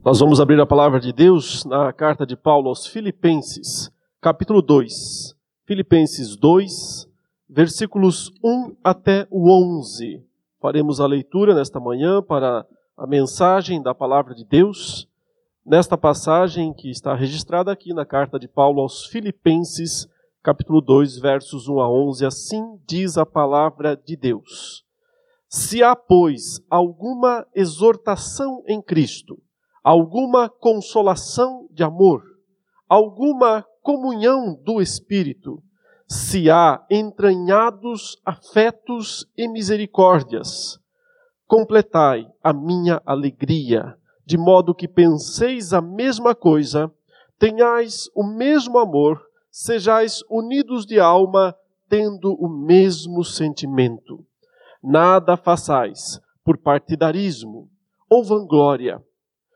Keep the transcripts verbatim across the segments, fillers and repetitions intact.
Nós vamos abrir a palavra de Deus na carta de Paulo aos Filipenses, capítulo dois. Filipenses dois, versículos um até o onze. Faremos a leitura nesta manhã para a mensagem da palavra de Deus, nesta passagem que está registrada aqui na carta de Paulo aos Filipenses, capítulo dois, versos um a onze. Assim diz a palavra de Deus. Se há, pois, alguma exortação em Cristo, alguma consolação de amor, alguma comunhão do Espírito, se há entranhados afetos e misericórdias, completai a minha alegria, de modo que penseis a mesma coisa, tenhais o mesmo amor, sejais unidos de alma, tendo o mesmo sentimento. Nada façais por partidarismo ou vanglória,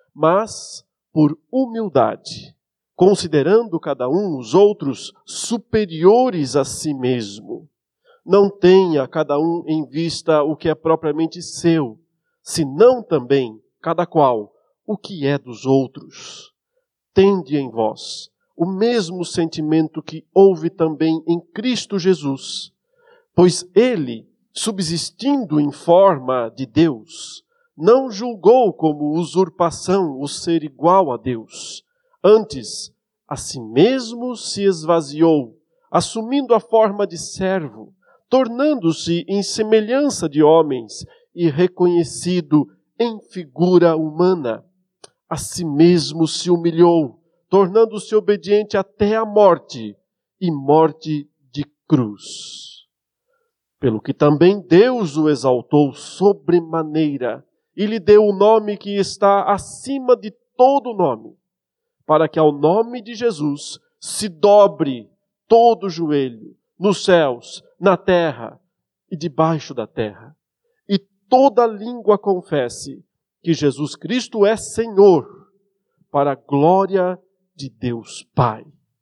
mas por humildade, considerando cada um os outros superiores a si mesmo. Não tenha cada um em vista o que é propriamente seu, senão também, cada qual, o que é dos outros. Tende em vós o mesmo sentimento que houve também em Cristo Jesus, pois ele, subsistindo em forma de Deus, não julgou como usurpação o ser igual a Deus. Antes, a si mesmo se esvaziou, assumindo a forma de servo, tornando-se em semelhança de homens e reconhecido em figura humana. A si mesmo se humilhou, tornando-se obediente até a morte, e morte de cruz. Pelo que também Deus o exaltou sobremaneira, e lhe deu o nome que está acima de todo nome, para que ao nome de Jesus se dobre todo o joelho, nos céus, na terra e debaixo da terra, e toda língua confesse que Jesus Cristo é Senhor, para a glória de Deus Pai.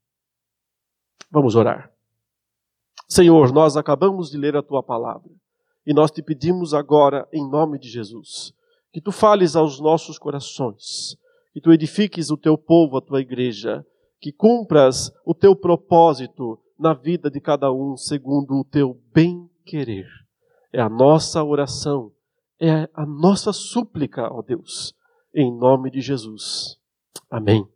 Vamos orar. Senhor, nós acabamos de ler a Tua palavra, e nós te pedimos agora, em nome de Jesus, que Tu fales aos nossos corações, que Tu edifiques o Teu povo, a Tua igreja, que cumpras o Teu propósito na vida de cada um, segundo o Teu bem-querer. É a nossa oração, é a nossa súplica, ó Deus, em nome de Jesus. Amém.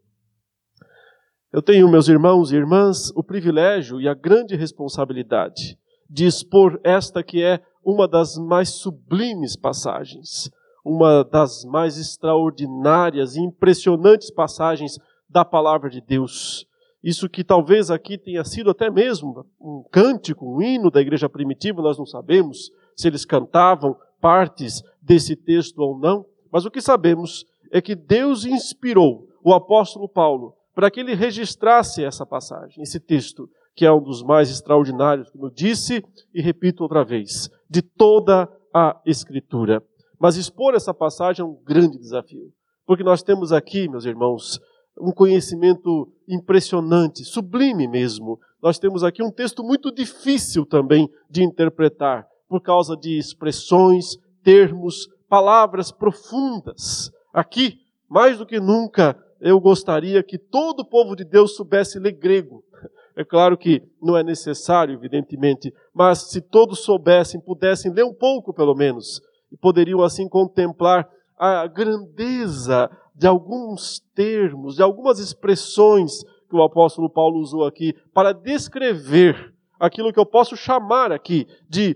Eu tenho, meus irmãos e irmãs, o privilégio e a grande responsabilidade de expor esta que é uma das mais sublimes passagens, uma das mais extraordinárias e impressionantes passagens da palavra de Deus. Isso que talvez aqui tenha sido até mesmo um cântico, um hino da igreja primitiva, nós não sabemos se eles cantavam partes desse texto ou não, mas o que sabemos é que Deus inspirou o apóstolo Paulo para que ele registrasse essa passagem, esse texto, que é um dos mais extraordinários, como eu disse e repito outra vez, de toda a Escritura. Mas expor essa passagem é um grande desafio, porque nós temos aqui, meus irmãos, um conhecimento impressionante, sublime mesmo. Nós temos aqui um texto muito difícil também de interpretar, por causa de expressões, termos, palavras profundas. Aqui, mais do que nunca, eu gostaria que todo o povo de Deus soubesse ler grego. É claro que não é necessário, evidentemente, mas se todos soubessem, pudessem ler um pouco pelo menos, e poderiam assim contemplar a grandeza de alguns termos, de algumas expressões que o apóstolo Paulo usou aqui para descrever aquilo que eu posso chamar aqui de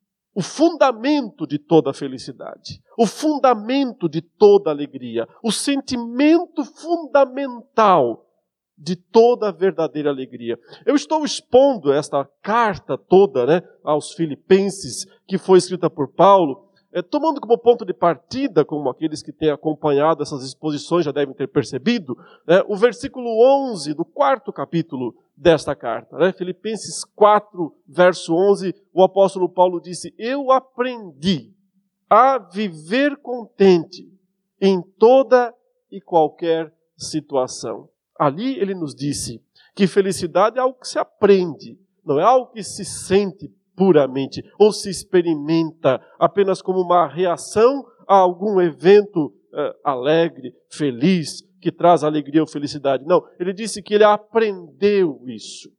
o fundamento de toda a felicidade, o fundamento de toda a alegria, o sentimento fundamental de toda a verdadeira alegria. Eu estou expondo esta carta toda, né, aos Filipenses, que foi escrita por Paulo, é, tomando como ponto de partida, como aqueles que têm acompanhado essas exposições já devem ter percebido, né, o versículo onze do quarto capítulo desta carta. Né? Filipenses quatro, verso onze, o apóstolo Paulo disse: eu aprendi a viver contente em toda e qualquer situação. Ali ele nos disse que felicidade é algo que se aprende, não é algo que se sente puramente, ou se experimenta apenas como uma reação a algum evento uh, alegre, feliz, que traz alegria ou felicidade. Não, ele disse que ele aprendeu isso.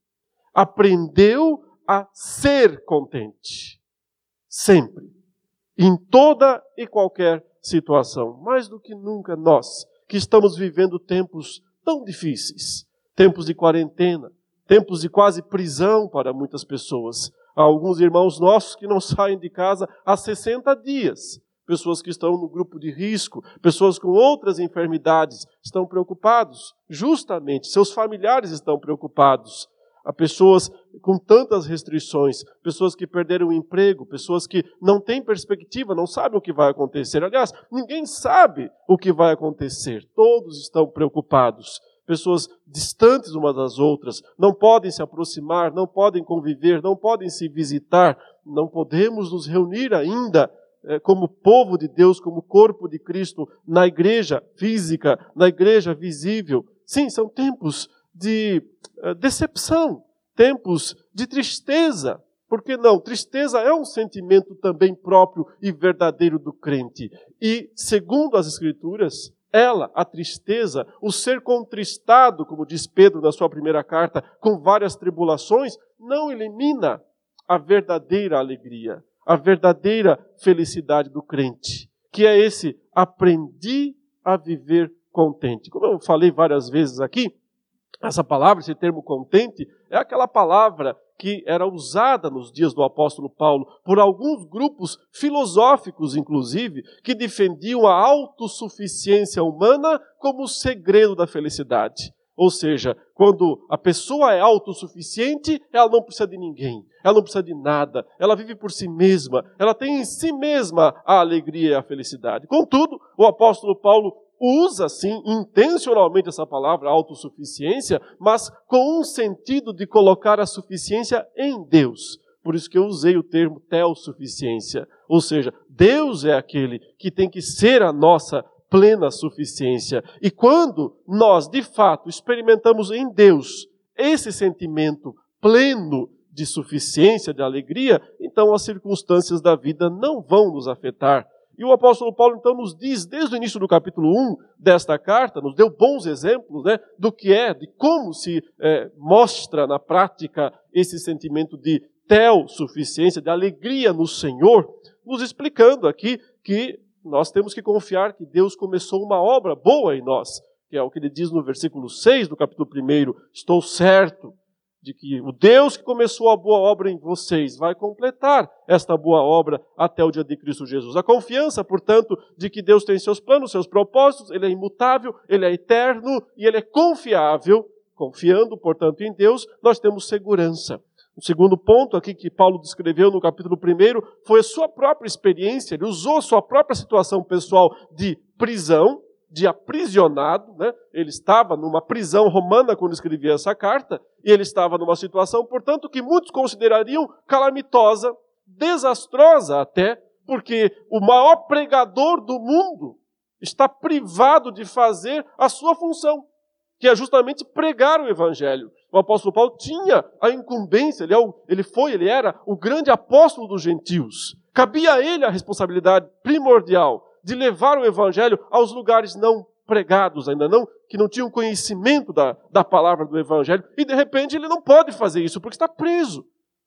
Aprendeu a ser contente. Sempre. Em toda e qualquer situação. Mais do que nunca nós, que estamos vivendo tempos tão difíceis. Tempos de quarentena. Tempos de quase prisão para muitas pessoas. Há alguns irmãos nossos que não saem de casa há sessenta dias. Pessoas que estão no grupo de risco, pessoas com outras enfermidades estão preocupados. Justamente, seus familiares estão preocupados. Há pessoas com tantas restrições, pessoas que perderam o emprego, pessoas que não têm perspectiva, não sabem o que vai acontecer. Aliás, ninguém sabe o que vai acontecer. Todos estão preocupados. Pessoas distantes umas das outras, não podem se aproximar, não podem conviver, não podem se visitar. Não podemos nos reunir ainda como povo de Deus, como corpo de Cristo, na igreja física, na igreja visível. Sim, são tempos de decepção, tempos de tristeza. Por que não? Tristeza é um sentimento também próprio e verdadeiro do crente. E, segundo as Escrituras, ela, a tristeza, o ser contristado, como diz Pedro na sua primeira carta, com várias tribulações, não elimina a verdadeira alegria, a verdadeira felicidade do crente, que é esse aprendi a viver contente. Como eu falei várias vezes aqui, essa palavra, esse termo contente, é aquela palavra que era usada nos dias do apóstolo Paulo por alguns grupos filosóficos, inclusive, que defendiam a autossuficiência humana como o segredo da felicidade. Ou seja, quando a pessoa é autossuficiente, ela não precisa de ninguém, ela não precisa de nada, ela vive por si mesma, ela tem em si mesma a alegria e a felicidade. Contudo, o apóstolo Paulo usa, sim, intencionalmente essa palavra autossuficiência, mas com um sentido de colocar a suficiência em Deus. Por isso que eu usei o termo teossuficiência. Ou seja, Deus é aquele que tem que ser a nossa plena suficiência. E quando nós, de fato, experimentamos em Deus esse sentimento pleno de suficiência, de alegria, então as circunstâncias da vida não vão nos afetar. E o apóstolo Paulo, então, nos diz, desde o início do capítulo um desta carta, nos deu bons exemplos, né, do que é, de como se é, mostra na prática esse sentimento de teossuficiência, de alegria no Senhor, nos explicando aqui que nós temos que confiar que Deus começou uma obra boa em nós, que é o que ele diz no versículo seis do capítulo um, estou certo de que o Deus que começou a boa obra em vocês vai completar esta boa obra até o dia de Cristo Jesus. A confiança, portanto, de que Deus tem seus planos, seus propósitos, Ele é imutável, Ele é eterno e Ele é confiável. Confiando, portanto, em Deus, nós temos segurança. O segundo ponto aqui que Paulo descreveu no capítulo um foi a sua própria experiência. Ele usou a sua própria situação pessoal de prisão, de aprisionado, né? Ele estava numa prisão romana quando escrevia essa carta, e ele estava numa situação, portanto, que muitos considerariam calamitosa, desastrosa até, porque o maior pregador do mundo está privado de fazer a sua função, que é justamente pregar o Evangelho. O apóstolo Paulo tinha a incumbência, ele, é o, ele foi, ele era o grande apóstolo dos gentios. Cabia a ele a responsabilidade primordial de levar o Evangelho aos lugares não pregados, ainda não, que não tinham conhecimento da, da palavra do Evangelho, e de repente ele não pode fazer isso, porque está preso.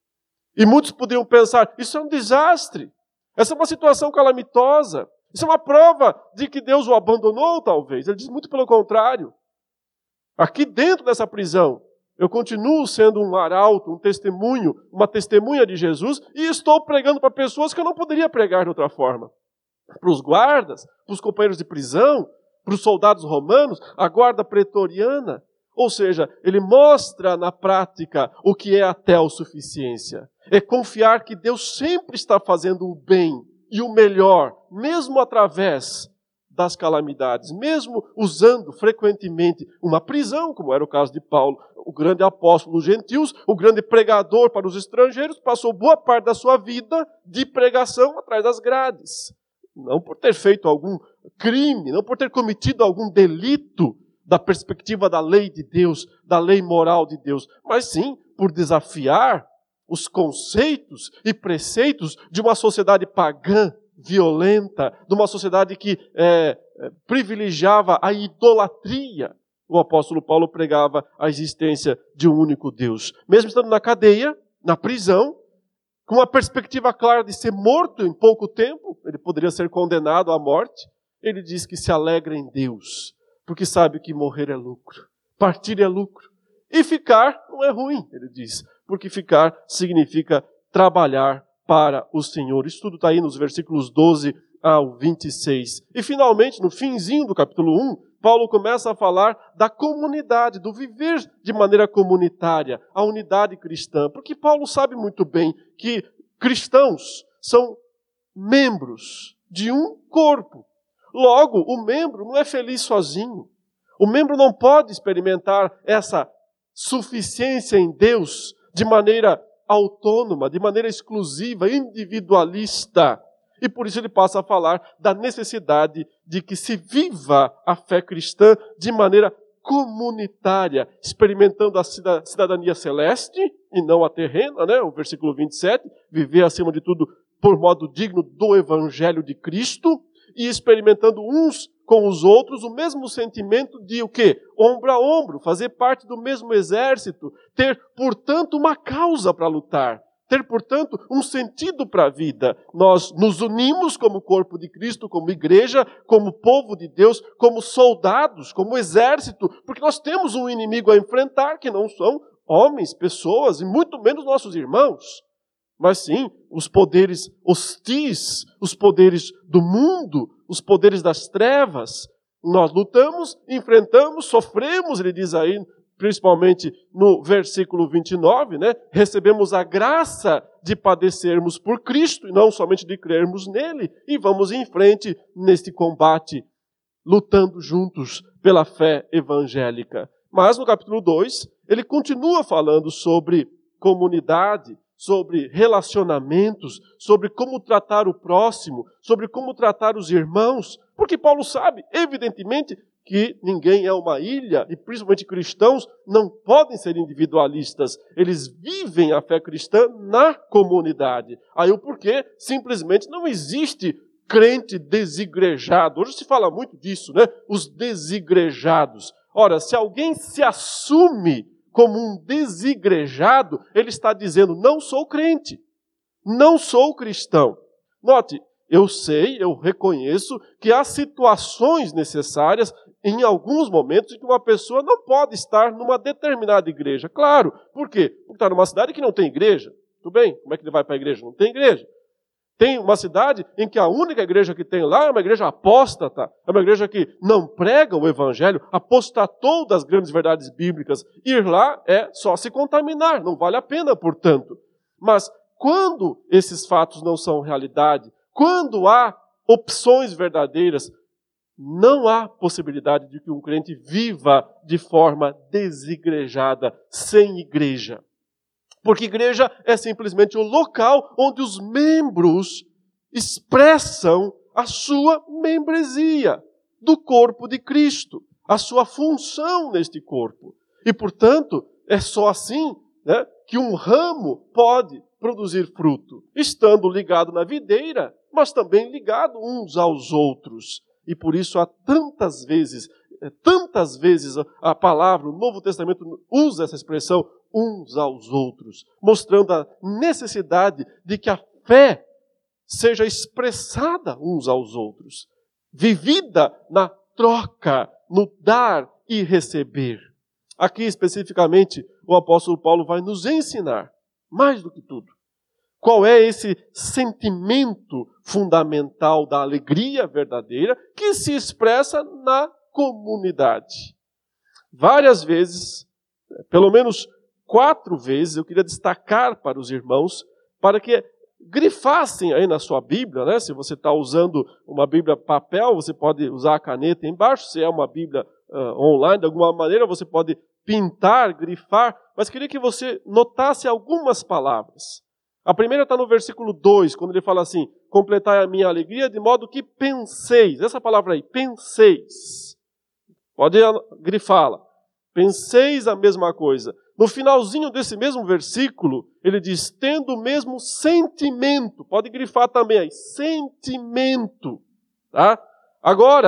E muitos poderiam pensar, isso é um desastre, essa é uma situação calamitosa, isso é uma prova de que Deus o abandonou, talvez. Ele diz muito pelo contrário. Aqui dentro dessa prisão, eu continuo sendo um arauto, um testemunho, uma testemunha de Jesus, e estou pregando para pessoas que eu não poderia pregar de outra forma. Para os guardas, para os companheiros de prisão, para os soldados romanos, a guarda pretoriana. Ou seja, ele mostra na prática o que é a teossuficiência. É confiar que Deus sempre está fazendo o bem e o melhor, mesmo através das calamidades, mesmo usando frequentemente uma prisão, como era o caso de Paulo, o grande apóstolo dos gentios, o grande pregador para os estrangeiros, passou boa parte da sua vida de pregação atrás das grades. Não por ter feito algum crime, não por ter cometido algum delito da perspectiva da lei de Deus, da lei moral de Deus, mas sim por desafiar os conceitos e preceitos de uma sociedade pagã, violenta, de uma sociedade que é, privilegiava a idolatria. O apóstolo Paulo pregava a existência de um único Deus. Mesmo estando na cadeia, na prisão, com a perspectiva clara de ser morto em pouco tempo, ele poderia ser condenado à morte, ele diz que se alegra em Deus, porque sabe que morrer é lucro, partir é lucro. E ficar não é ruim, ele diz, porque ficar significa trabalhar para o Senhor. Isso tudo está aí nos versículos doze ao vinte e seis. E finalmente, no finzinho do capítulo um, Paulo começa a falar da comunidade, do viver de maneira comunitária, a unidade cristã. Porque Paulo sabe muito bem que cristãos são membros de um corpo. Logo, o membro não é feliz sozinho. O membro não pode experimentar essa suficiência em Deus de maneira autônoma, de maneira exclusiva, individualista. E por isso ele passa a falar da necessidade de que se viva a fé cristã de maneira comunitária, experimentando a cidadania celeste e não a terrena, né? O versículo vinte e sete, viver acima de tudo por modo digno do Evangelho de Cristo e experimentando uns com os outros o mesmo sentimento de o quê? Ombro a ombro, fazer parte do mesmo exército, ter, portanto, uma causa para lutar. Ter, portanto, um sentido para a vida. Nós nos unimos como corpo de Cristo, como igreja, como povo de Deus, como soldados, como exército, porque nós temos um inimigo a enfrentar que não são homens, pessoas, e muito menos nossos irmãos, mas sim os poderes hostis, os poderes do mundo, os poderes das trevas. Nós lutamos, enfrentamos, sofremos, ele diz aí, principalmente no versículo vinte e nove, né? Recebemos a graça de padecermos por Cristo e não somente de crermos nele, e vamos em frente neste combate, lutando juntos pela fé evangélica. Mas no capítulo dois, ele continua falando sobre comunidade, sobre relacionamentos, sobre como tratar o próximo, sobre como tratar os irmãos, porque Paulo sabe, evidentemente, que ninguém é uma ilha, e principalmente cristãos não podem ser individualistas. Eles vivem a fé cristã na comunidade. Aí o porquê? Simplesmente não existe crente desigrejado. Hoje se fala muito disso, né? Os desigrejados. Ora, se alguém se assume como um desigrejado, ele está dizendo, não sou crente, não sou cristão. Note, eu sei, eu reconheço que há situações necessárias em alguns momentos em que uma pessoa não pode estar numa determinada igreja. Claro, por quê? Porque está numa cidade que não tem igreja. Tudo bem, como é que ele vai para a igreja? Não tem igreja. Tem uma cidade em que a única igreja que tem lá é uma igreja apóstata, é uma igreja que não prega o evangelho, apostatou das grandes verdades bíblicas. Ir lá é só se contaminar, não vale a pena, portanto. Mas quando esses fatos não são realidade, quando há opções verdadeiras, não há possibilidade de que um crente viva de forma desigrejada, sem igreja. Porque igreja é simplesmente o local onde os membros expressam a sua membresia do corpo de Cristo, a sua função neste corpo. E, portanto, é só assim, né, que um ramo pode produzir fruto, estando ligado na videira, mas também ligado uns aos outros. E por isso há tantas vezes, tantas vezes a palavra, o Novo Testamento usa essa expressão, uns aos outros, mostrando a necessidade de que a fé seja expressada uns aos outros, vivida na troca, no dar e receber. Aqui especificamente o apóstolo Paulo vai nos ensinar, mais do que tudo, qual é esse sentimento fundamental da alegria verdadeira que se expressa na comunidade. Várias vezes, pelo menos quatro vezes, eu queria destacar para os irmãos, para que grifassem aí na sua Bíblia, né? Se você está usando uma Bíblia papel, você pode usar a caneta embaixo, se é uma Bíblia uh, online, de alguma maneira você pode pintar, grifar, mas queria que você notasse algumas palavras. A primeira está no versículo dois, quando ele fala assim, completai a minha alegria de modo que penseis, essa palavra aí, penseis, pode grifá-la, penseis a mesma coisa. No finalzinho desse mesmo versículo, ele diz, tendo o mesmo sentimento, pode grifar também aí, sentimento, tá? Agora,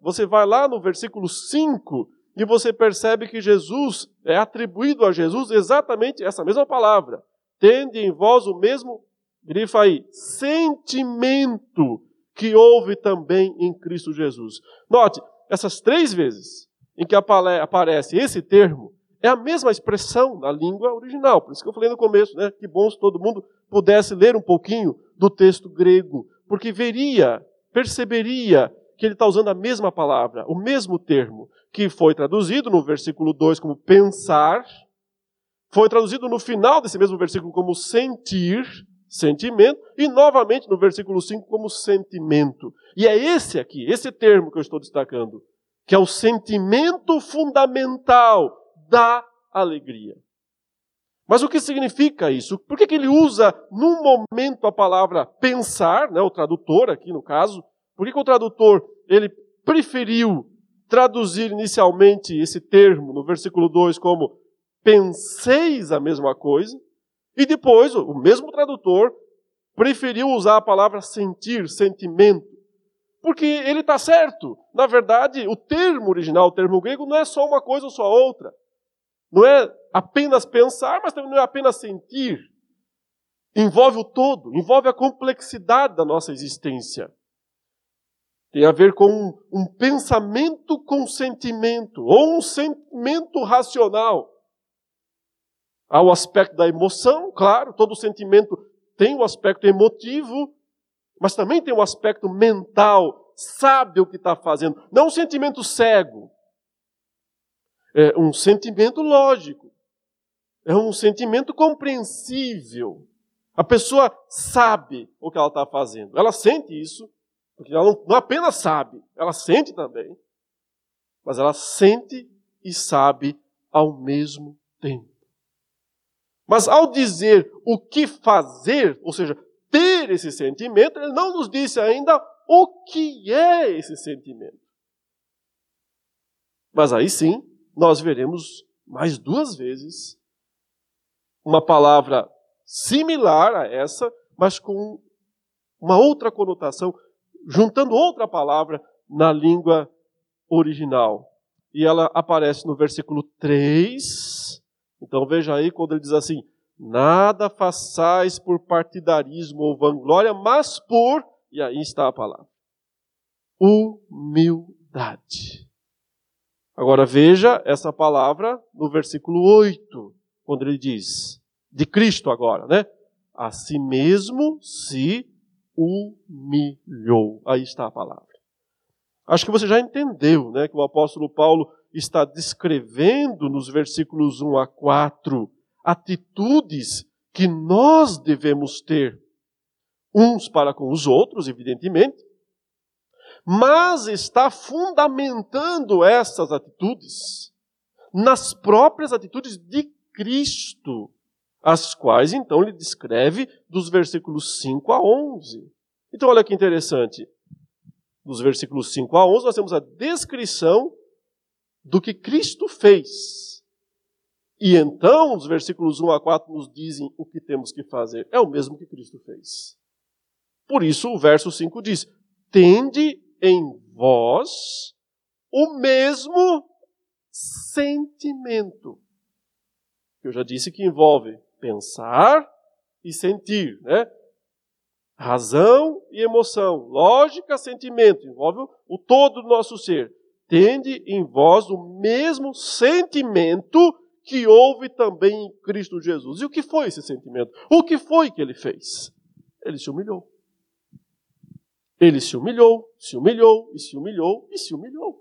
você vai lá no versículo cinco e você percebe que Jesus, é atribuído a Jesus exatamente essa mesma palavra. Tende em vós o mesmo, grifa aí, sentimento que houve também em Cristo Jesus. Note, essas três vezes em que aparece esse termo, é a mesma expressão na língua original. Por isso que eu falei no começo, né? Que bom se todo mundo pudesse ler um pouquinho do texto grego, porque veria, perceberia que ele está usando a mesma palavra, o mesmo termo, que foi traduzido no versículo dois como pensar, foi traduzido no final desse mesmo versículo como sentir, sentimento, e novamente no versículo cinco como sentimento. E é esse aqui, esse termo que eu estou destacando, que é o sentimento fundamental da alegria. Mas o que significa isso? Por que que ele usa, num momento, a palavra pensar, né, o tradutor aqui no caso? Por que que o tradutor ele preferiu traduzir inicialmente esse termo, no versículo dois, como penseis a mesma coisa, e depois o mesmo tradutor preferiu usar a palavra sentir, sentimento? Porque ele está certo. Na verdade, o termo original, o termo grego, não é só uma coisa ou só outra. Não é apenas pensar, mas também não é apenas sentir. Envolve o todo, envolve a complexidade da nossa existência. Tem a ver com um, um pensamento com sentimento, ou um sentimento racional. Há o aspecto da emoção, claro, todo sentimento tem o aspecto emotivo, mas também tem o aspecto mental, sabe o que está fazendo. Não um sentimento cego. É um sentimento lógico. É um sentimento compreensível. A pessoa sabe o que ela está fazendo. Ela sente isso, porque ela não, não apenas sabe, ela sente também. Mas ela sente e sabe ao mesmo tempo. Mas ao dizer o que fazer, ou seja, ter esse sentimento, ele não nos disse ainda o que é esse sentimento. Mas aí sim, nós veremos mais duas vezes uma palavra similar a essa, mas com uma outra conotação, juntando outra palavra na língua original. E ela aparece no versículo três. Então veja aí quando ele diz assim: nada façais por partidarismo ou vanglória, mas por, e aí está a palavra, humildade. Agora veja essa palavra no versículo oito, quando ele diz, de Cristo agora, né? A si mesmo se humilhou. Aí está a palavra. Acho que você já entendeu, né, que o apóstolo Paulo está descrevendo nos versículos um a quatro atitudes que nós devemos ter, uns para com os outros, evidentemente, mas está fundamentando essas atitudes nas próprias atitudes de Cristo, as quais então ele descreve dos versículos cinco a onze. Então olha que interessante, dos versículos cinco a onze nós temos a descrição do que Cristo fez. E então os versículos um a quatro nos dizem o que temos que fazer. É o mesmo que Cristo fez. Por isso o verso cinco diz: tende em vós o mesmo sentimento. Eu já disse que envolve pensar e sentir, né? Razão e emoção, lógica, sentimento, envolve o, o todo do nosso ser. Tende em vós o mesmo sentimento que houve também em Cristo Jesus. E o que foi esse sentimento? O que foi que ele fez? Ele se humilhou. Ele se humilhou, se humilhou, e se humilhou, e se humilhou.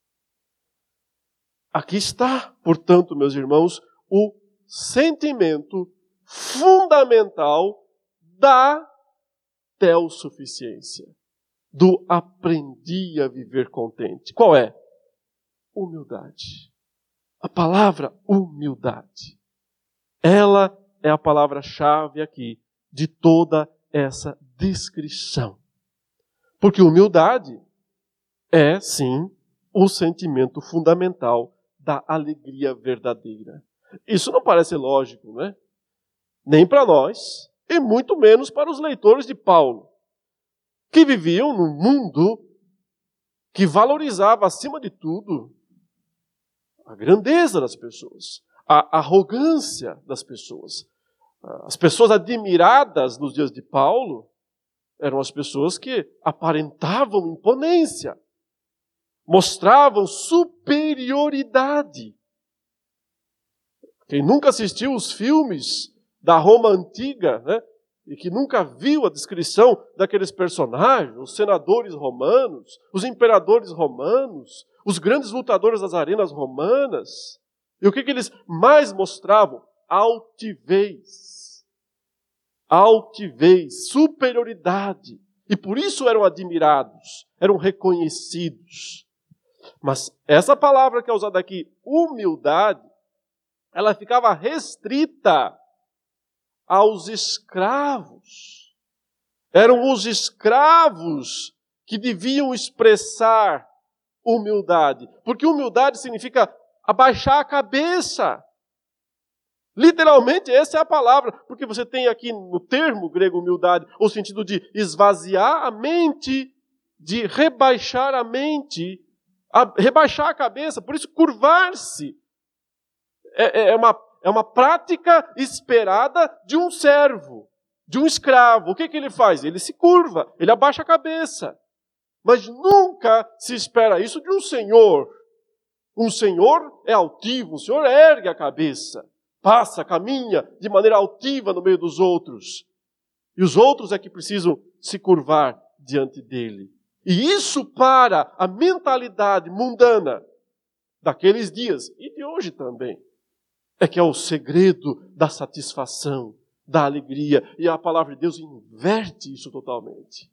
Aqui está, portanto, meus irmãos, o sentimento fundamental da teossuficiência, do aprendi a viver contente. Qual é? Humildade. A palavra humildade. Ela é a palavra-chave aqui de toda essa descrição. Porque humildade é, sim, o sentimento fundamental da alegria verdadeira. Isso não parece lógico, né? Nem para nós, e muito menos para os leitores de Paulo, que viviam num mundo que valorizava, acima de tudo, a grandeza das pessoas, a arrogância das pessoas. As pessoas admiradas nos dias de Paulo eram as pessoas que aparentavam imponência, mostravam superioridade. Quem nunca assistiu os filmes da Roma antiga, né, e que nunca viu a descrição daqueles personagens, os senadores romanos, os imperadores romanos, os grandes lutadores das arenas romanas, e o que, que eles mais mostravam? Altivez. Altivez, superioridade. E por isso eram admirados, eram reconhecidos. Mas essa palavra que é usada aqui, humildade, ela ficava restrita aos escravos. Eram os escravos que deviam expressar humildade. Porque humildade significa abaixar a cabeça. Literalmente, essa é a palavra. Porque você tem aqui no termo grego humildade o sentido de esvaziar a mente, de rebaixar a mente, a, rebaixar a cabeça. Por isso, curvar-se é, é uma É uma prática esperada de um servo, de um escravo. O que, que ele faz? Ele se curva, ele abaixa a cabeça. Mas nunca se espera isso de um senhor. Um senhor é altivo, um senhor ergue a cabeça, passa, caminha de maneira altiva no meio dos outros. E os outros é que precisam se curvar diante dele. E isso para a mentalidade mundana daqueles dias e de hoje também. É que é o segredo da satisfação, da alegria. E a palavra de Deus inverte isso totalmente.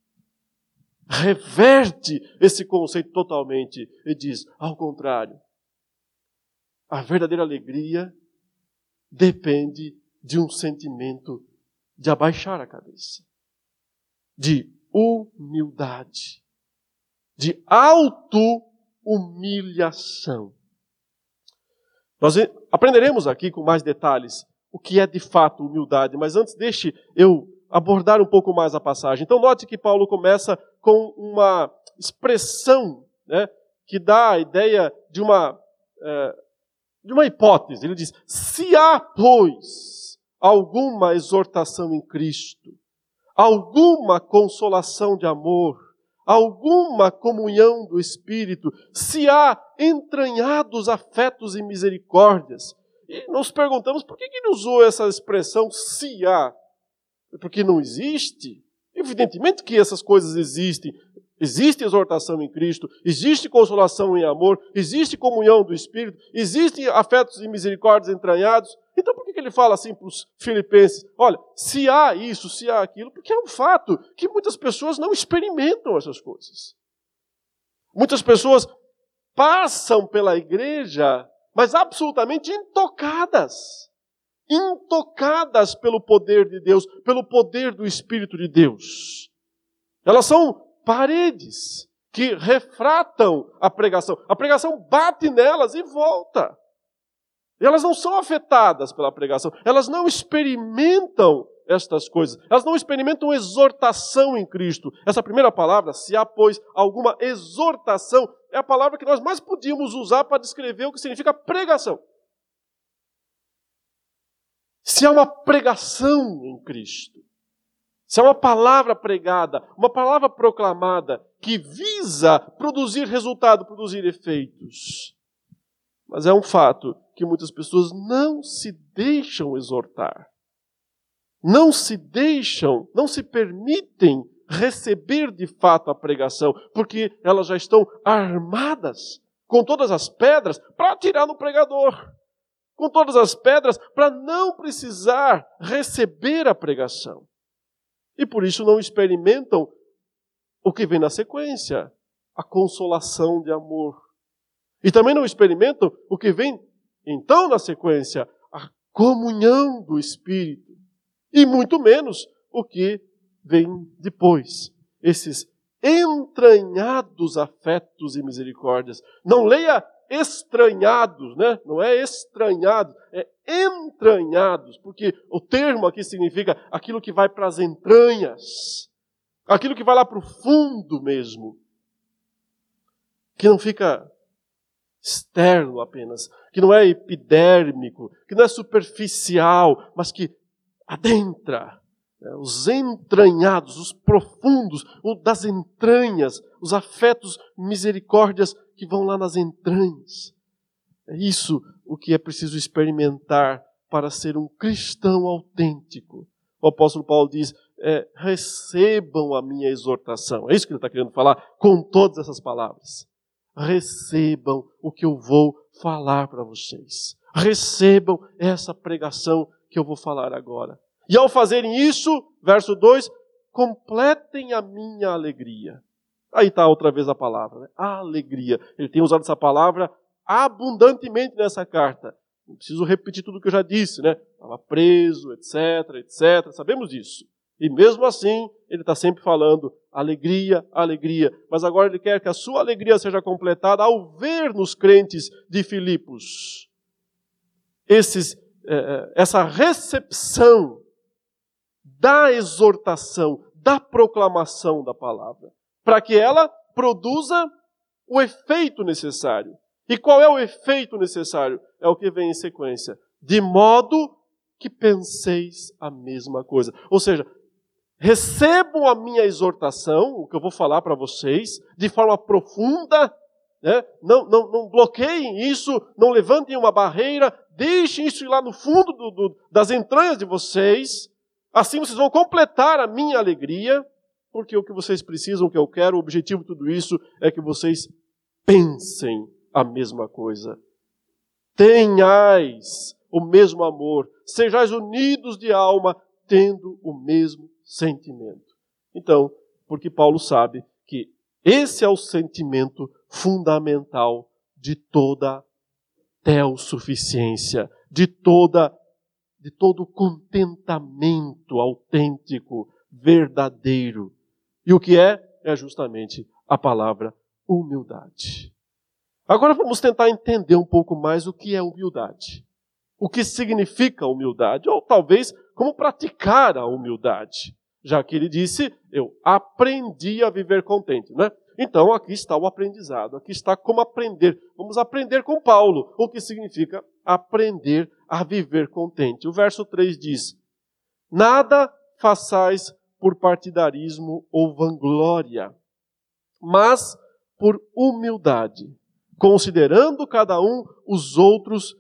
Reverte esse conceito totalmente. E diz, ao contrário, a verdadeira alegria depende de um sentimento de abaixar a cabeça, de humildade, de auto-humilhação. Nós aprenderemos aqui com mais detalhes o que é de fato humildade, mas antes deixe eu abordar um pouco mais a passagem. Então note que Paulo começa com uma expressão, né, que dá a ideia de uma, é, de uma hipótese. Ele diz, se há, pois, alguma exortação em Cristo, alguma consolação de amor, alguma comunhão do Espírito, se há entranhados afetos e misericórdias. E nos perguntamos por que ele usou essa expressão se há? Porque não existe? Evidentemente que essas coisas existem. Existe exortação em Cristo, existe consolação em amor, existe comunhão do Espírito, existem afetos e misericórdias entranhados. Então por que ele fala assim para os filipenses? Olha, se há isso, se há aquilo, porque é um fato que muitas pessoas não experimentam essas coisas. Muitas pessoas passam pela igreja, mas absolutamente intocadas. Intocadas pelo poder de Deus, pelo poder do Espírito de Deus. Elas são paredes que refratam a pregação. A pregação bate nelas e volta. E elas não são afetadas pela pregação. Elas não experimentam estas coisas. Elas não experimentam exortação em Cristo. Essa primeira palavra, se há, pois, alguma exortação, é a palavra que nós mais podíamos usar para descrever o que significa pregação. Se há uma pregação em Cristo, se há uma palavra pregada, uma palavra proclamada que visa produzir resultado, produzir efeitos. Mas é um fato que muitas pessoas não se deixam exortar. Não se deixam, não se permitem receber de fato a pregação, porque elas já estão armadas com todas as pedras para atirar no pregador. Com todas as pedras para não precisar receber a pregação. E por isso não experimentam o que vem na sequência, a consolação de amor. E também não experimentam o que vem então na sequência, a comunhão do Espírito. E muito menos o que vem depois, esses entranhados afetos e misericórdias. Não leia estranhados, né? Não é estranhados, é entranhados, porque o termo aqui significa aquilo que vai para as entranhas, aquilo que vai lá para o fundo mesmo. que não fica externo apenas, que não é epidérmico, que não é superficial, mas que adentra, né, os entranhados, os profundos, o das entranhas, os afetos, misericórdias que vão lá nas entranhas. É isso o que é preciso experimentar para ser um cristão autêntico. O apóstolo Paulo diz, é, recebam a minha exortação. É isso que ele está querendo falar com todas essas palavras. Recebam o que eu vou falar para vocês. Recebam essa pregação que eu vou falar agora. E ao fazerem isso, verso dois, completem a minha alegria. Aí está outra vez a palavra, né? A alegria. Ele tem usado essa palavra abundantemente nessa carta. Não preciso repetir tudo o que eu já disse, né? Estava preso, etc, etcétera. Sabemos disso. E mesmo assim, ele está sempre falando alegria, alegria. Mas agora ele quer que a sua alegria seja completada ao ver nos crentes de Filipos esses, eh, essa recepção da exortação, da proclamação da palavra, para que ela produza o efeito necessário. E qual é o efeito necessário? É o que vem em sequência. De modo que penseis a mesma coisa. Ou seja, recebam a minha exortação, o que eu vou falar para vocês, de forma profunda, né? não, não, não bloqueiem isso, não levantem uma barreira, deixem isso ir lá no fundo do, do, das entranhas de vocês, assim vocês vão completar a minha alegria, porque o que vocês precisam, o que eu quero, o objetivo de tudo isso é que vocês pensem a mesma coisa. Tenhais o mesmo amor, sejais unidos de alma, tendo o mesmo sentimento. Então, porque Paulo sabe que esse é o sentimento fundamental de toda teossuficiência, de toda de todo contentamento autêntico, verdadeiro. E o que é? É justamente a palavra humildade. Agora vamos tentar entender um pouco mais o que é humildade. O que significa humildade, ou talvez como praticar a humildade. Já que ele disse, eu aprendi a viver contente, né? Então aqui está o aprendizado, aqui está como aprender. Vamos aprender com Paulo o que significa aprender a viver contente. O verso três diz, nada façais por partidarismo ou vanglória, mas por humildade, considerando cada um os outros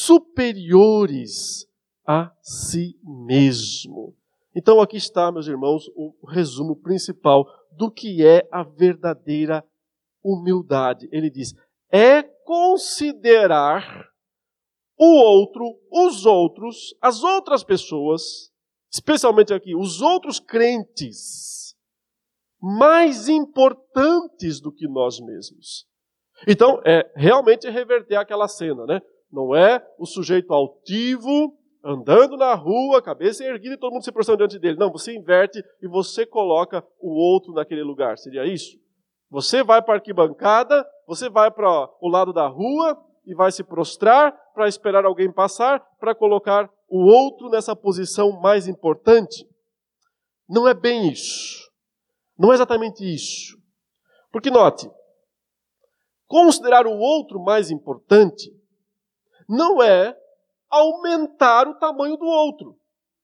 superiores a si mesmo. Então aqui está, meus irmãos, o resumo principal do que é a verdadeira humildade. Ele diz, é considerar o outro, os outros, as outras pessoas, especialmente aqui, os outros crentes, mais importantes do que nós mesmos. Então, é realmente reverter aquela cena, né? Não é o sujeito altivo, andando na rua, cabeça erguida e todo mundo se prostrando diante dele. Não, você inverte e você coloca o outro naquele lugar. Seria isso? Você vai para a arquibancada, você vai para o lado da rua e vai se prostrar para esperar alguém passar, para colocar o outro nessa posição mais importante. Não é bem isso. Não é exatamente isso. Porque note, considerar o outro mais importante não é aumentar o tamanho do outro,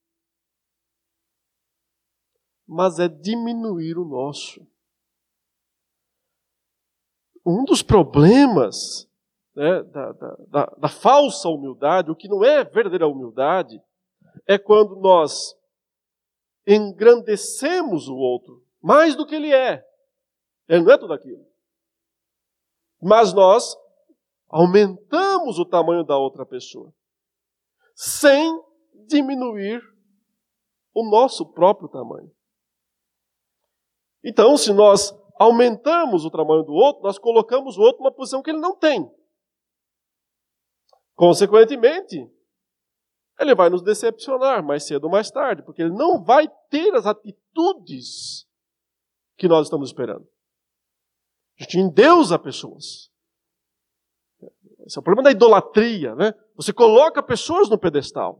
mas é diminuir o nosso. Um dos problemas, né, da, da, da, da falsa humildade, o que não é verdadeira humildade, é quando nós engrandecemos o outro mais do que ele é. Ele não é tudo aquilo. Mas nós aumentamos o tamanho da outra pessoa, sem diminuir o nosso próprio tamanho. Então, se nós aumentamos o tamanho do outro, nós colocamos o outro numa posição que ele não tem. Consequentemente, ele vai nos decepcionar mais cedo ou mais tarde, porque ele não vai ter as atitudes que nós estamos esperando. A gente endeusa pessoas. Esse é o problema da idolatria, né? Você coloca pessoas no pedestal.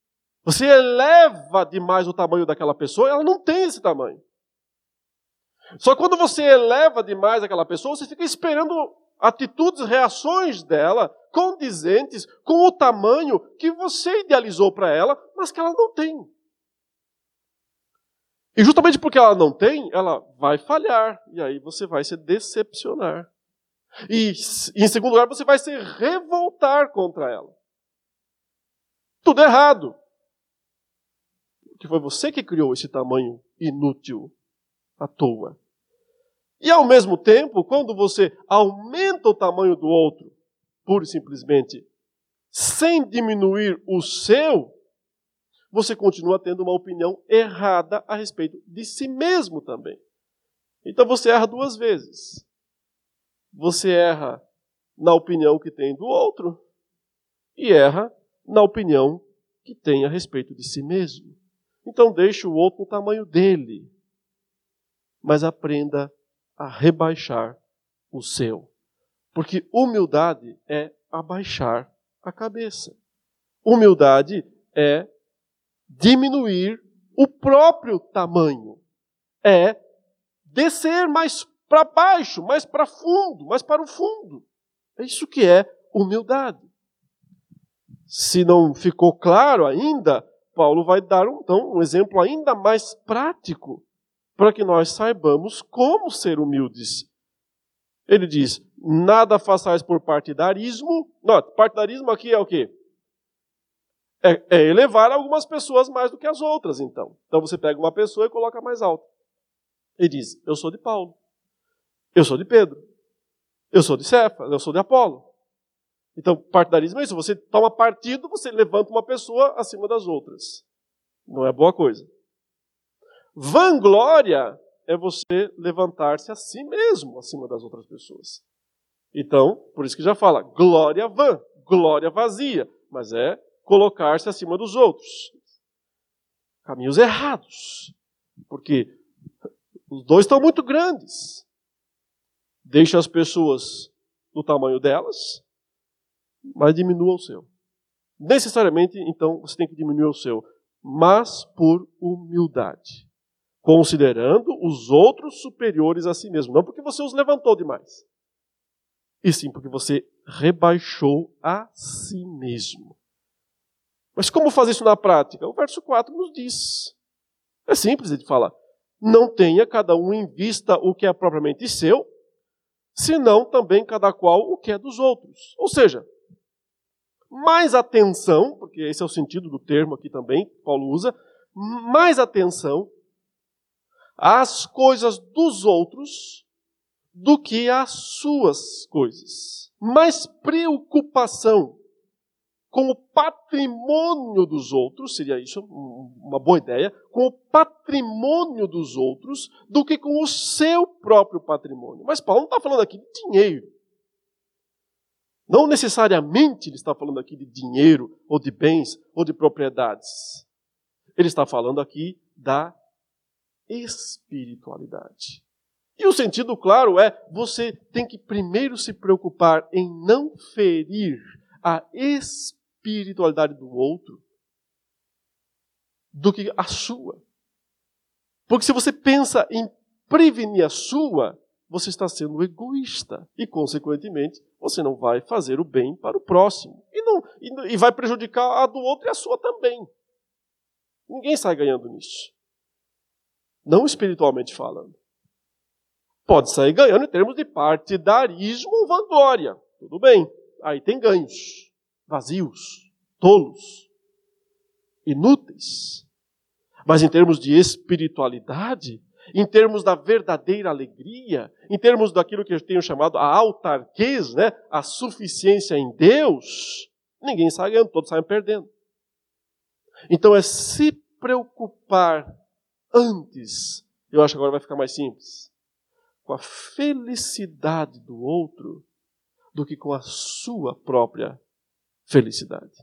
Você eleva demais o tamanho daquela pessoa, ela não tem esse tamanho. Só que quando você eleva demais aquela pessoa, você fica esperando atitudes, reações dela condizentes com o tamanho que você idealizou para ela, mas que ela não tem. E justamente porque ela não tem, ela vai falhar. E aí você vai se decepcionar. E, em segundo lugar, você vai se revoltar contra ela. Tudo errado. Porque foi você que criou esse tamanho inútil, à toa. E ao mesmo tempo, quando você aumenta o tamanho do outro, pura e simplesmente, sem diminuir o seu, você continua tendo uma opinião errada a respeito de si mesmo também. Então você erra duas vezes. Você erra na opinião que tem do outro e erra na opinião que tem a respeito de si mesmo. Então deixe o outro no tamanho dele, mas aprenda a rebaixar o seu. Porque humildade é abaixar a cabeça. Humildade é diminuir o próprio tamanho. É descer mais para baixo, mais para fundo, mais para o fundo. É isso que é humildade. Se não ficou claro ainda, Paulo vai dar então um exemplo ainda mais prático para que nós saibamos como ser humildes. Ele diz, nada façais por partidarismo. Não, partidarismo aqui é o quê? É, é elevar algumas pessoas mais do que as outras, então. Então você pega uma pessoa e coloca mais alto. Ele diz, eu sou de Paulo. Eu sou de Pedro. Eu sou de Cefas. Eu sou de Apolo. Então, partidarismo é isso. Você toma partido, você levanta uma pessoa acima das outras. Não é boa coisa. Vanglória é você levantar-se a si mesmo, acima das outras pessoas. Então, por isso que já fala, glória vã, glória vazia. Mas é colocar-se acima dos outros. Caminhos errados. Porque os dois estão muito grandes. Deixa as pessoas no tamanho delas, mas diminua o seu. Necessariamente, então, você tem que diminuir o seu, mas por humildade. Considerando os outros superiores a si mesmo. Não porque você os levantou demais. E sim porque você rebaixou a si mesmo. Mas como fazer isso na prática? O verso quatro nos diz. É simples, ele fala. Não tenha cada um em vista o que é propriamente seu, senão também cada qual o que é dos outros. Ou seja, mais atenção, porque esse é o sentido do termo aqui também, que Paulo usa, mais atenção às coisas dos outros do que às suas coisas. Mais preocupação com o patrimônio dos outros, seria isso uma boa ideia, com o patrimônio dos outros, do que com o seu próprio patrimônio. Mas Paulo não está falando aqui de dinheiro. Não necessariamente ele está falando aqui de dinheiro, ou de bens, ou de propriedades. Ele está falando aqui da espiritualidade. E o sentido claro é, você tem que primeiro se preocupar em não ferir a espiritualidade do outro do que a sua. Porque se você pensa em prevenir a sua, você está sendo egoísta. E, consequentemente, você não vai fazer o bem para o próximo. E, não, e, e vai prejudicar a do outro e a sua também. Ninguém sai ganhando nisso. Não espiritualmente falando. Pode sair ganhando em termos de partidarismo ou vanglória. Tudo bem. Aí tem ganhos. Vazios. Tolos. Inúteis. Mas em termos de espiritualidade, em termos da verdadeira alegria, em termos daquilo que eu tenho chamado a autarquez, né, a suficiência em Deus, ninguém sai ganhando, todos saem perdendo. Então é se preocupar antes, eu acho que agora vai ficar mais simples, com a felicidade do outro, do que com a sua própria felicidade.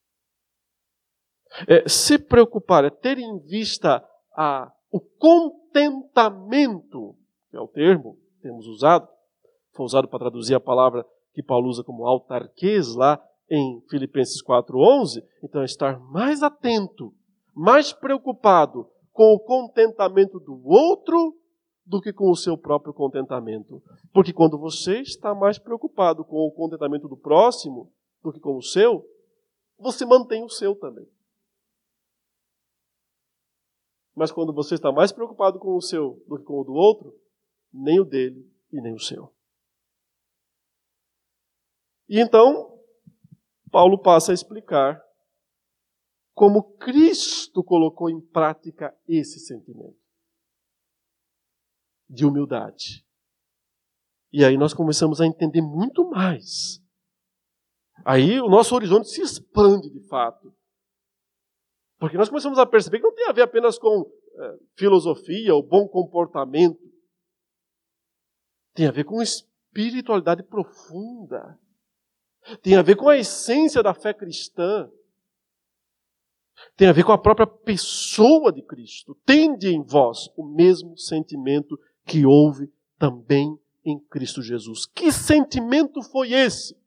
É, se preocupar, é ter em vista a, o contentamento, que é o termo que temos usado, foi usado para traduzir a palavra que Paulo usa como autarquez lá em Filipenses quatro, onze. Então é estar mais atento, mais preocupado com o contentamento do outro do que com o seu próprio contentamento. Porque quando você está mais preocupado com o contentamento do próximo do que com o seu, você mantém o seu também. Mas quando você está mais preocupado com o seu do que com o do outro, nem o dele e nem o seu. E então, Paulo passa a explicar como Cristo colocou em prática esse sentimento de humildade. E aí nós começamos a entender muito mais. Aí o nosso horizonte se expande de fato. Porque nós começamos a perceber que não tem a ver apenas com é, filosofia ou bom comportamento. Tem a ver com espiritualidade profunda. Tem a ver com a essência da fé cristã. Tem a ver com a própria pessoa de Cristo. Tende em vós o mesmo sentimento que houve também em Cristo Jesus. Que sentimento foi esse?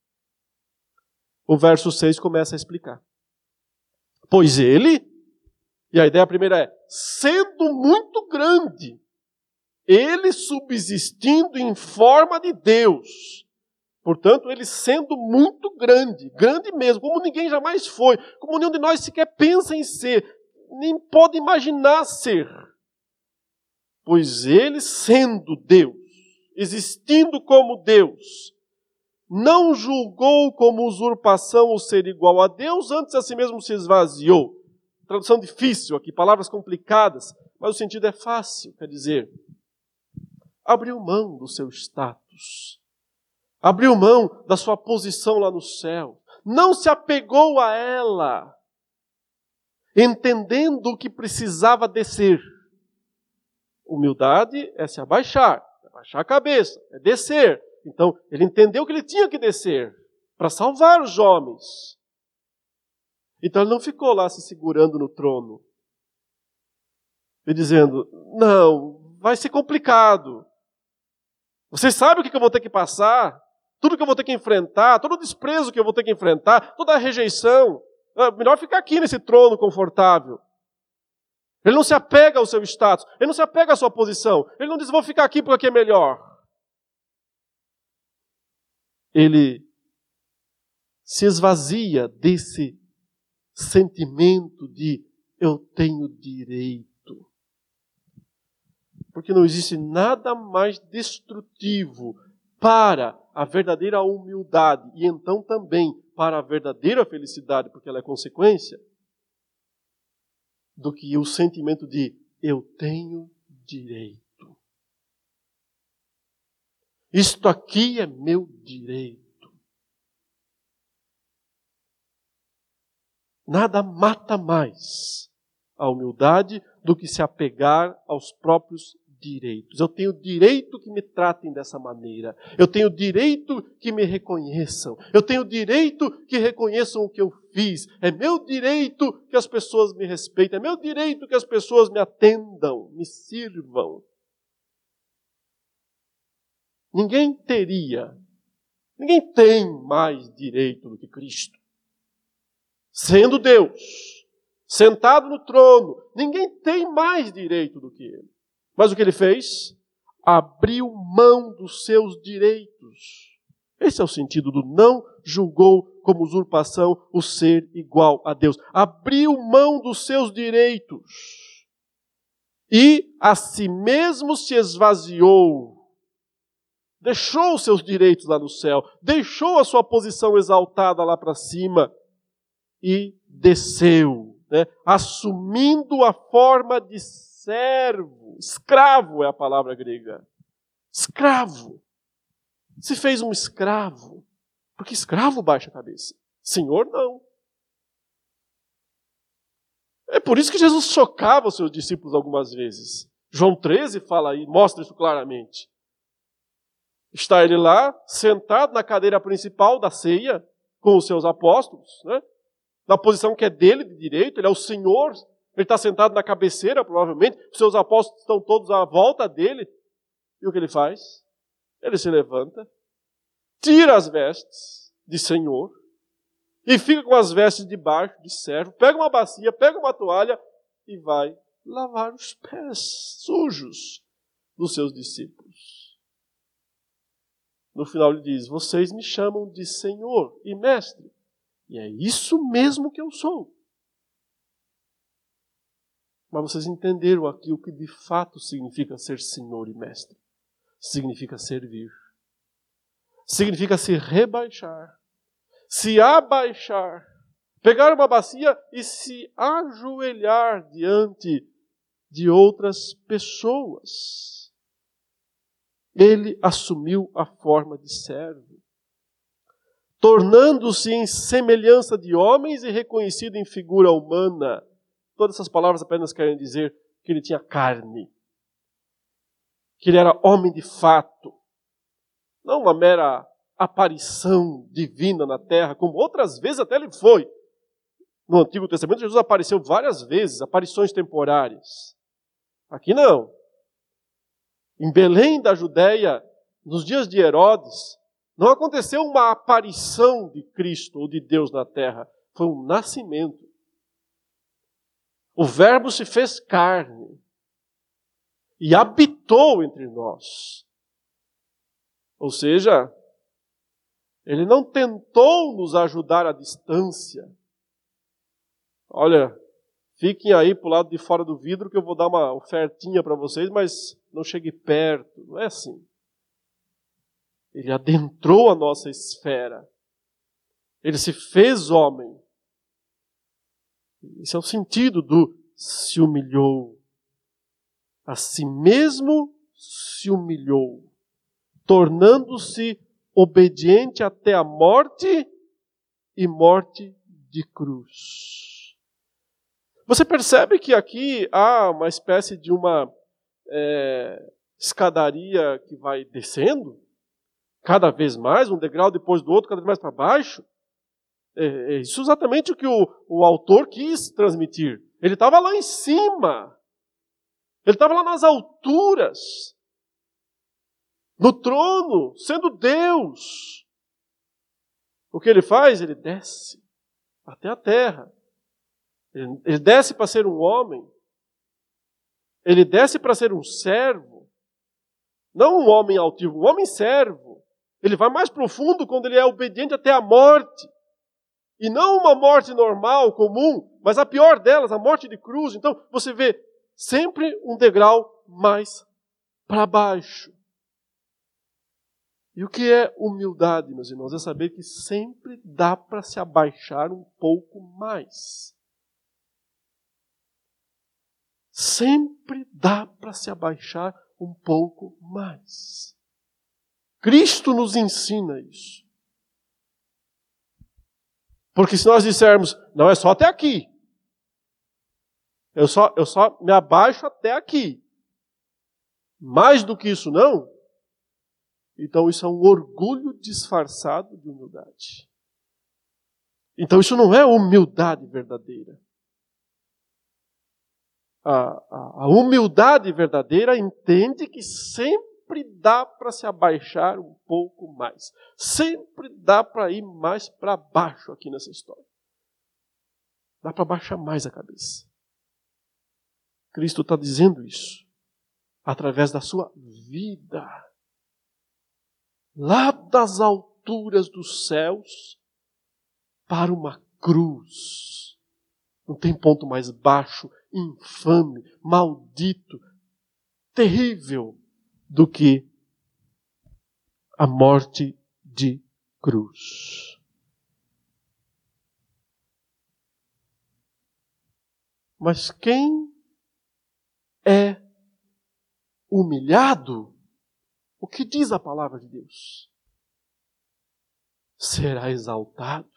O verso seis começa a explicar. Pois ele, e a ideia primeira é, sendo muito grande, ele subsistindo em forma de Deus. Portanto, ele sendo muito grande, grande mesmo, como ninguém jamais foi, como nenhum de nós sequer pensa em ser, nem pode imaginar ser. Pois ele, sendo Deus, existindo como Deus, não julgou como usurpação o ser igual a Deus, antes a si mesmo se esvaziou. Tradução difícil aqui, palavras complicadas, mas o sentido é fácil, quer dizer, abriu mão do seu status. Abriu mão da sua posição lá no céu. Não se apegou a ela. Entendendo que precisava descer. Humildade é se abaixar. É abaixar a cabeça. É descer. Então, ele entendeu que ele tinha que descer. Para salvar os homens. Então, ele não ficou lá se segurando no trono. E dizendo, não, vai ser complicado. Vocês sabem o que eu vou ter que passar? Tudo que eu vou ter que enfrentar, todo o desprezo que eu vou ter que enfrentar, toda a rejeição. É melhor ficar aqui nesse trono confortável. Ele não se apega ao seu status, ele não se apega à sua posição. Ele não diz, vou ficar aqui porque aqui é melhor. Ele se esvazia desse sentimento de eu tenho direito. Porque não existe nada mais destrutivo para a verdadeira humildade e então também para a verdadeira felicidade, porque ela é consequência, do que o sentimento de eu tenho direito. Isto aqui é meu direito. Nada mata mais a humildade do que se apegar aos próprios direitos. Eu tenho direito que me tratem dessa maneira. Eu tenho direito que me reconheçam. Eu tenho direito que reconheçam o que eu fiz. É meu direito que as pessoas me respeitem. É meu direito que as pessoas me atendam, me sirvam. Ninguém teria, ninguém tem mais direito do que Cristo. Sendo Deus, sentado no trono, ninguém tem mais direito do que Ele. Mas o que Ele fez? Abriu mão dos seus direitos. Esse é o sentido do não julgou como usurpação o ser igual a Deus. Abriu mão dos seus direitos. E a si mesmo se esvaziou. Deixou os seus direitos lá no céu. Deixou a sua posição exaltada lá para cima. E desceu, né? Assumindo a forma de servo. Escravo é a palavra grega. Escravo. Se fez um escravo. Porque escravo baixa a cabeça. Senhor, não. É por isso que Jesus chocava os seus discípulos algumas vezes. João treze fala aí, mostra isso claramente. Está ele lá, sentado na cadeira principal da ceia, com os seus apóstolos, né? Na posição que é dele de direito, ele é o Senhor, ele está sentado na cabeceira, provavelmente, os seus apóstolos estão todos à volta dele. E o que ele faz? Ele se levanta, tira as vestes de Senhor e fica com as vestes de baixo, de servo, pega uma bacia, pega uma toalha e vai lavar os pés sujos dos seus discípulos. No final ele diz, vocês me chamam de Senhor e Mestre. E é isso mesmo que eu sou. Mas vocês entenderam aqui o que de fato significa ser Senhor e Mestre. Significa servir. Significa se rebaixar. Se abaixar. Pegar uma bacia e se ajoelhar diante de outras pessoas. Ele assumiu a forma de servo, tornando-se em semelhança de homens e reconhecido em figura humana. Todas essas palavras apenas querem dizer que ele tinha carne, que ele era homem de fato, não uma mera aparição divina na terra, como outras vezes até ele foi. No Antigo Testamento, Jesus apareceu várias vezes, aparições temporárias. Aqui não. Em Belém da Judéia, nos dias de Herodes, não aconteceu uma aparição de Cristo ou de Deus na terra. Foi um nascimento. O Verbo se fez carne e habitou entre nós. Ou seja, ele não tentou nos ajudar à distância. Olha, fiquem aí para o lado de fora do vidro que eu vou dar uma ofertinha para vocês, mas não chegue perto. Não é assim. Ele adentrou a nossa esfera. Ele se fez homem. Esse é o sentido do se humilhou. A si mesmo se humilhou, tornando-se obediente até a morte e morte de cruz. Você percebe que aqui há uma espécie de uma é, escadaria que vai descendo, cada vez mais, um degrau depois do outro, cada vez mais para baixo? É, é isso exatamente o que o, o autor quis transmitir. Ele estava lá em cima. Ele estava lá nas alturas. No trono, sendo Deus. O que ele faz? Ele desce até a terra. Ele, ele desce para ser um homem. Ele desce para ser um servo. Não um homem altivo, um homem servo. Ele vai mais profundo quando ele é obediente até a morte. E não uma morte normal, comum, mas a pior delas, a morte de cruz. Então, você vê sempre um degrau mais para baixo. E o que é humildade, meus irmãos? É saber que sempre dá para se abaixar um pouco mais. Sempre dá para se abaixar um pouco mais. Cristo nos ensina isso. Porque se nós dissermos, não, é só até aqui. Eu só, eu só me abaixo até aqui. Mais do que isso não. Então isso é um orgulho disfarçado de humildade. Então isso não é humildade verdadeira. A, a, a humildade verdadeira entende que sempre dá para se abaixar um pouco mais. Sempre dá para ir mais para baixo aqui nessa história. Dá para baixar mais a cabeça. Cristo está dizendo isso através da sua vida. Lá das alturas dos céus para uma cruz. Não tem ponto mais baixo, infame, maldito, terrível do que a morte de cruz. Mas quem é humilhado, o que diz a palavra de Deus? Será exaltado.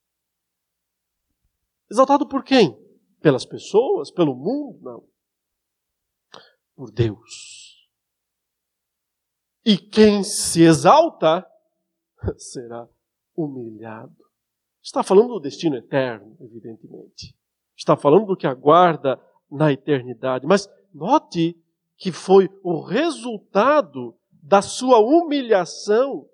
Exaltado por quem? Pelas pessoas? Pelo mundo? Não. Por Deus. E quem se exalta será humilhado. Está falando do destino eterno, evidentemente. Está falando do que aguarda na eternidade. Mas note que foi o resultado da sua humilhação,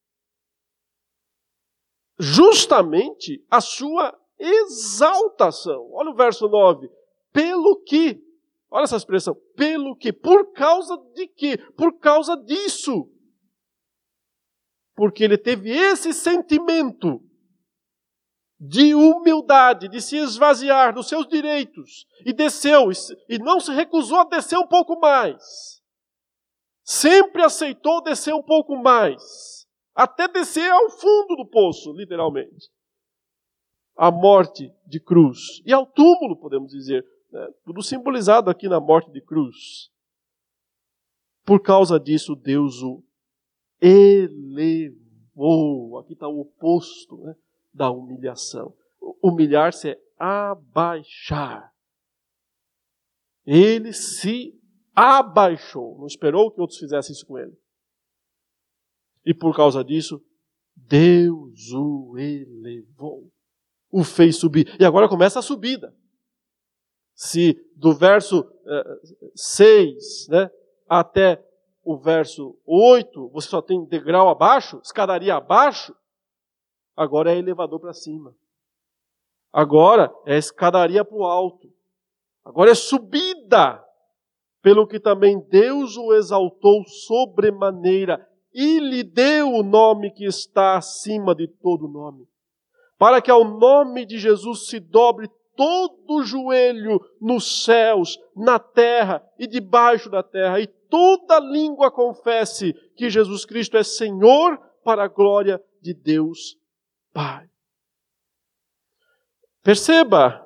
justamente a sua exaltação. Olha o verso nove. Pelo que Olha essa expressão. Pelo que? Por causa de quê? Por causa disso. Porque ele teve esse sentimento de humildade, de se esvaziar dos seus direitos. E desceu, e não se recusou a descer um pouco mais. Sempre aceitou descer um pouco mais. Até descer ao fundo do poço, literalmente. A morte de cruz. E ao túmulo, podemos dizer. Né? Tudo simbolizado aqui na morte de cruz. Por causa disso, Deus o elevou. Aqui está o oposto, né, da humilhação. Humilhar-se é abaixar. Ele se abaixou. Não esperou que outros fizessem isso com ele. E por causa disso, Deus o elevou. O fez subir. E agora começa a subida. Se do verso uh, seis, né, até o verso oito, você só tem degrau abaixo, escadaria abaixo, agora é elevador para cima. Agora é escadaria para o alto. Agora é subida. Pelo que também Deus o exaltou sobremaneira e lhe deu o nome que está acima de todo nome. Para que ao nome de Jesus se dobre todo joelho nos céus, na terra e debaixo da terra, e toda língua confesse que Jesus Cristo é Senhor, para a glória de Deus Pai. Perceba,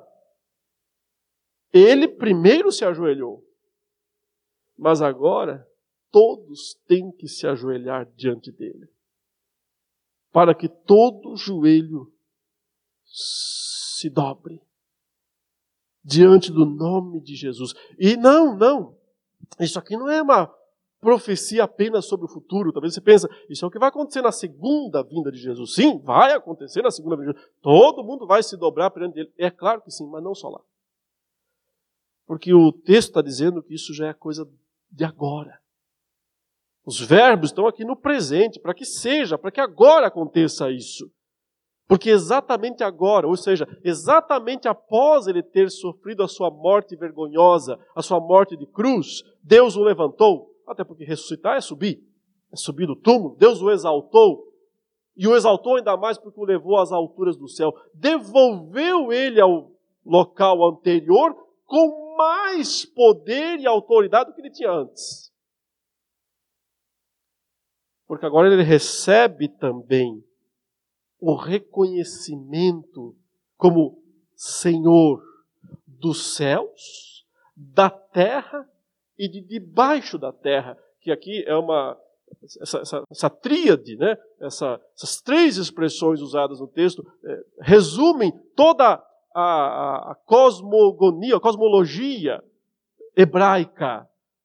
ele primeiro se ajoelhou, mas agora todos têm que se ajoelhar diante dele, para que todo joelho se dobre diante do nome de Jesus. E não, não, isso aqui não é uma profecia apenas sobre o futuro. Talvez você pense, isso é o que vai acontecer na segunda vinda de Jesus. Sim, vai acontecer na segunda vinda de Jesus. Todo mundo vai se dobrar perante ele. É claro que sim, mas não só lá. Porque o texto está dizendo que isso já é coisa de agora. Os verbos estão aqui no presente, para que seja, para que agora aconteça isso. Porque exatamente agora, ou seja, exatamente após ele ter sofrido a sua morte vergonhosa, a sua morte de cruz, Deus o levantou, até porque ressuscitar é subir, é subir do túmulo, Deus o exaltou, e o exaltou ainda mais porque o levou às alturas do céu, devolveu ele ao local anterior com mais poder e autoridade do que ele tinha antes. Porque agora ele recebe também o reconhecimento como Senhor dos céus, da terra e de debaixo da terra. Que aqui é uma, essa, essa, essa tríade, né? essa, essas três expressões usadas no texto, é, resumem toda a, a, a cosmogonia, a cosmologia hebraica.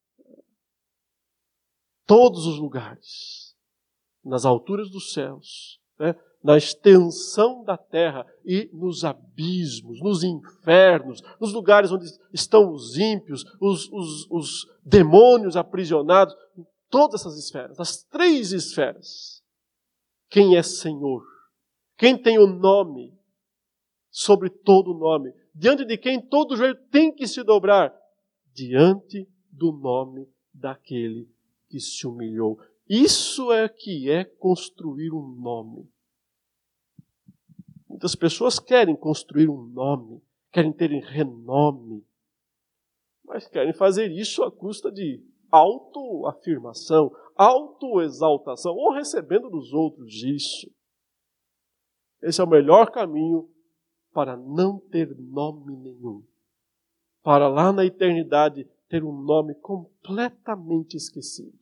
Todos os lugares, nas alturas dos céus, né? Na extensão da terra e nos abismos, nos infernos, nos lugares onde estão os ímpios, os, os, os demônios aprisionados, em todas essas esferas, as três esferas. Quem é Senhor? Quem tem o nome sobre todo nome? Diante de quem todo joelho tem que se dobrar? Diante do nome daquele que se humilhou. Isso é que é construir um nome. Muitas pessoas querem construir um nome, querem ter renome, mas querem fazer isso à custa de autoafirmação, autoexaltação, ou recebendo dos outros isso. Esse é o melhor caminho para não ter nome nenhum. Para lá na eternidade ter um nome completamente esquecido.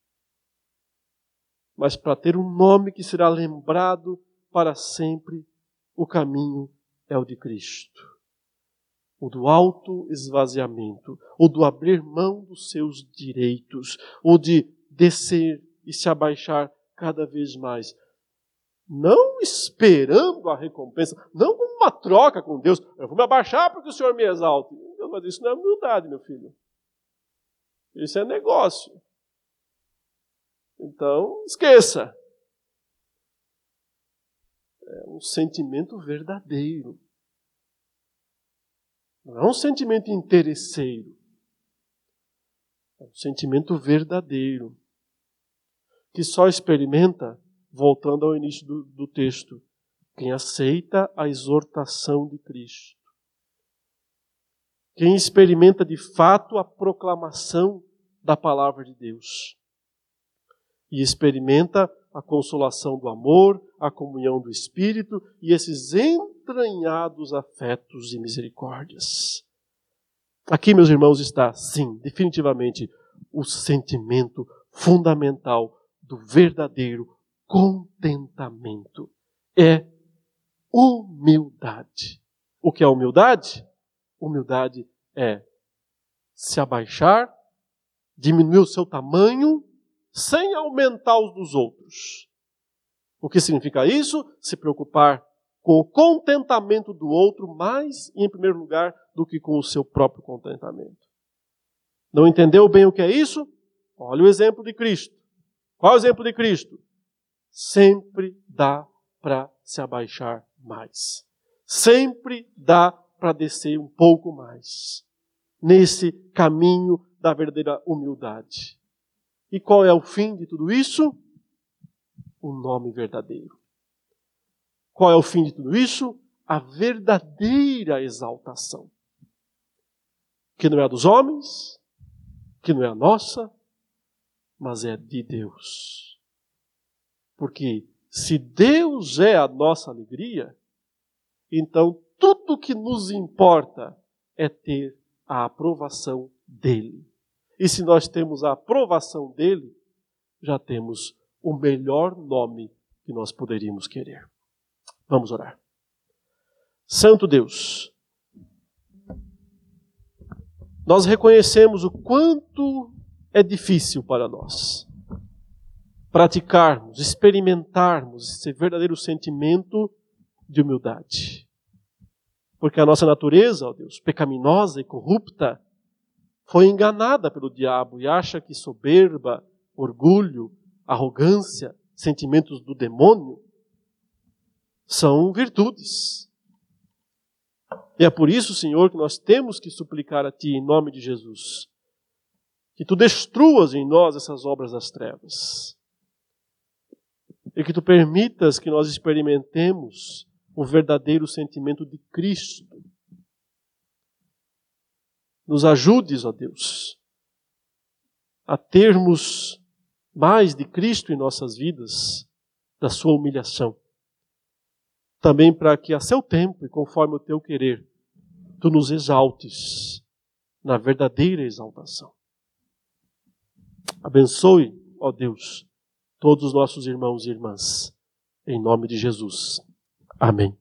Mas para ter um nome que será lembrado para sempre, o caminho é o de Cristo. O do auto-esvaziamento, o do abrir mão dos seus direitos, o de descer e se abaixar cada vez mais. Não esperando a recompensa, não como uma troca com Deus. Eu vou me abaixar porque o Senhor me exalte. Mas isso não é humildade, meu filho. Isso é negócio. Então, esqueça. É um sentimento verdadeiro. Não é um sentimento interesseiro. É um sentimento verdadeiro, que só experimenta, voltando ao início do, do texto, quem aceita a exortação de Cristo. Quem experimenta de fato a proclamação da palavra de Deus. E experimenta a consolação do amor, a comunhão do Espírito e esses entranhados afetos e misericórdias. Aqui, meus irmãos, está, sim, definitivamente, o sentimento fundamental do verdadeiro contentamento. É humildade. O que é humildade? Humildade é se abaixar, diminuir o seu tamanho, sem aumentar os dos outros. O que significa isso? Se preocupar com o contentamento do outro mais, em primeiro lugar, do que com o seu próprio contentamento. Não entendeu bem o que é isso? Olha o exemplo de Cristo. Qual é o exemplo de Cristo? Sempre dá para se abaixar mais. Sempre dá para descer um pouco mais. Nesse caminho da verdadeira humildade. E qual é o fim de tudo isso? O nome verdadeiro. Qual é o fim de tudo isso? A verdadeira exaltação. Que não é a dos homens, que não é a nossa, mas é de Deus. Porque se Deus é a nossa alegria, então tudo que nos importa é ter a aprovação dele. E se nós temos a aprovação dele, já temos o melhor nome que nós poderíamos querer. Vamos orar. Santo Deus, nós reconhecemos o quanto é difícil para nós praticarmos, experimentarmos esse verdadeiro sentimento de humildade. Porque a nossa natureza, ó Deus, pecaminosa e corrupta, foi enganada pelo diabo e acha que soberba, orgulho, arrogância, sentimentos do demônio são virtudes. E é por isso, Senhor, que nós temos que suplicar a Ti, em nome de Jesus, que Tu destruas em nós essas obras das trevas. E que Tu permitas que nós experimentemos o verdadeiro sentimento de Cristo. Nos ajudes, ó Deus, a termos mais de Cristo em nossas vidas, da Sua humilhação. Também para que a seu tempo e conforme o Teu querer, Tu nos exaltes na verdadeira exaltação. Abençoe, ó Deus, todos os nossos irmãos e irmãs, em nome de Jesus. Amém.